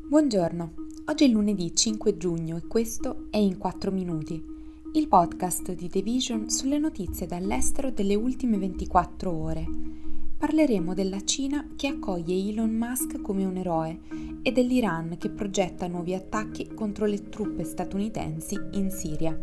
Buongiorno, oggi è lunedì 5 giugno e questo è In 4 Minuti, il podcast di The Vision sulle notizie dall'estero delle ultime 24 ore. Parleremo della Cina che accoglie Elon Musk come un eroe e dell'Iran che progetta nuovi attacchi contro le truppe statunitensi in Siria.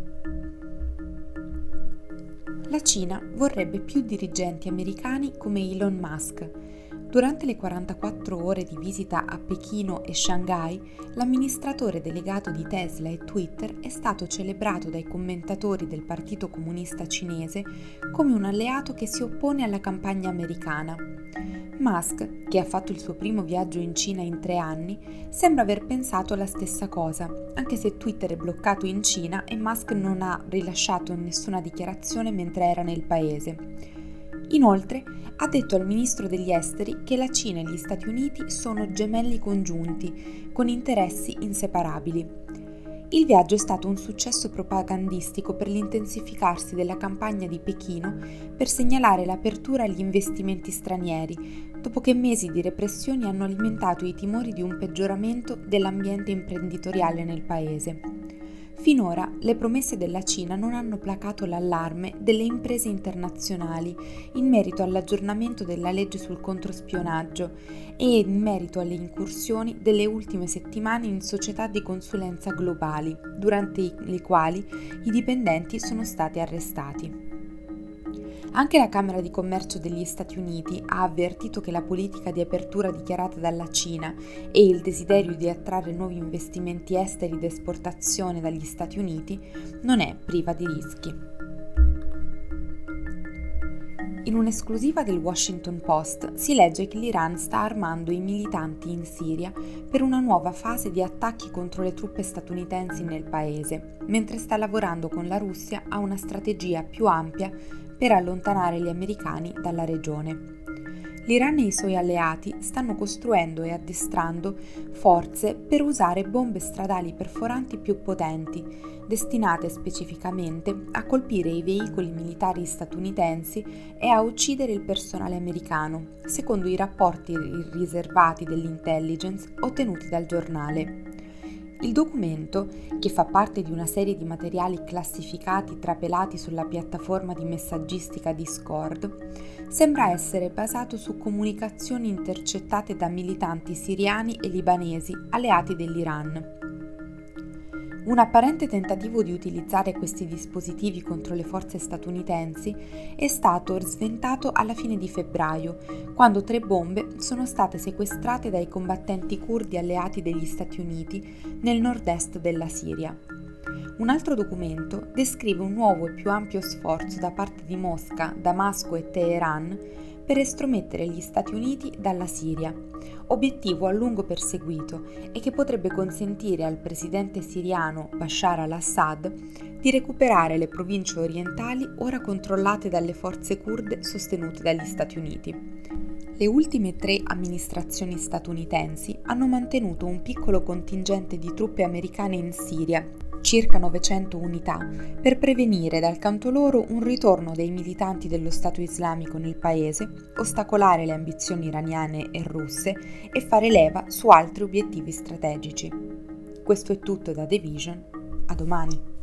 La Cina vorrebbe più dirigenti americani come Elon Musk. Durante le 44 ore di visita a Pechino e Shanghai, l'amministratore delegato di Tesla e Twitter è stato celebrato dai commentatori del Partito Comunista Cinese come un alleato che si oppone alla campagna americana. Musk, che ha fatto il suo primo viaggio in Cina in 3 anni, sembra aver pensato la stessa cosa, anche se Twitter è bloccato in Cina e Musk non ha rilasciato nessuna dichiarazione mentre era nel paese. Inoltre, ha detto al ministro degli esteri che la Cina e gli Stati Uniti sono gemelli congiunti, con interessi inseparabili. Il viaggio è stato un successo propagandistico per l'intensificarsi della campagna di Pechino per segnalare l'apertura agli investimenti stranieri, dopo che mesi di repressioni hanno alimentato i timori di un peggioramento dell'ambiente imprenditoriale nel paese. Finora le promesse della Cina non hanno placato l'allarme delle imprese internazionali in merito all'aggiornamento della legge sul controspionaggio e in merito alle incursioni delle ultime settimane in società di consulenza globali, durante le quali i dipendenti sono stati arrestati. Anche la Camera di Commercio degli Stati Uniti ha avvertito che la politica di apertura dichiarata dalla Cina e il desiderio di attrarre nuovi investimenti esteri ed esportazione dagli Stati Uniti non è priva di rischi. In un'esclusiva del Washington Post si legge che l'Iran sta armando i militanti in Siria per una nuova fase di attacchi contro le truppe statunitensi nel paese, mentre sta lavorando con la Russia a una strategia più ampia per allontanare gli americani dalla regione. L'Iran e i suoi alleati stanno costruendo e addestrando forze per usare bombe stradali perforanti più potenti, destinate specificamente a colpire i veicoli militari statunitensi e a uccidere il personale americano, secondo i rapporti riservati dell'intelligence ottenuti dal giornale. Il documento, che fa parte di una serie di materiali classificati trapelati sulla piattaforma di messaggistica Discord, sembra essere basato su comunicazioni intercettate da militanti siriani e libanesi alleati dell'Iran. Un apparente tentativo di utilizzare questi dispositivi contro le forze statunitensi è stato sventato alla fine di febbraio, quando 3 bombe sono state sequestrate dai combattenti curdi alleati degli Stati Uniti nel nord-est della Siria. Un altro documento descrive un nuovo e più ampio sforzo da parte di Mosca, Damasco e Teheran per estromettere gli Stati Uniti dalla Siria, obiettivo a lungo perseguito e che potrebbe consentire al presidente siriano Bashar al-Assad di recuperare le province orientali ora controllate dalle forze kurde sostenute dagli Stati Uniti. Le ultime 3 amministrazioni statunitensi hanno mantenuto un piccolo contingente di truppe americane in Siria, circa 900 unità, per prevenire dal canto loro un ritorno dei militanti dello Stato islamico nel paese, ostacolare le ambizioni iraniane e russe e fare leva su altri obiettivi strategici. Questo è tutto da The Vision, a domani.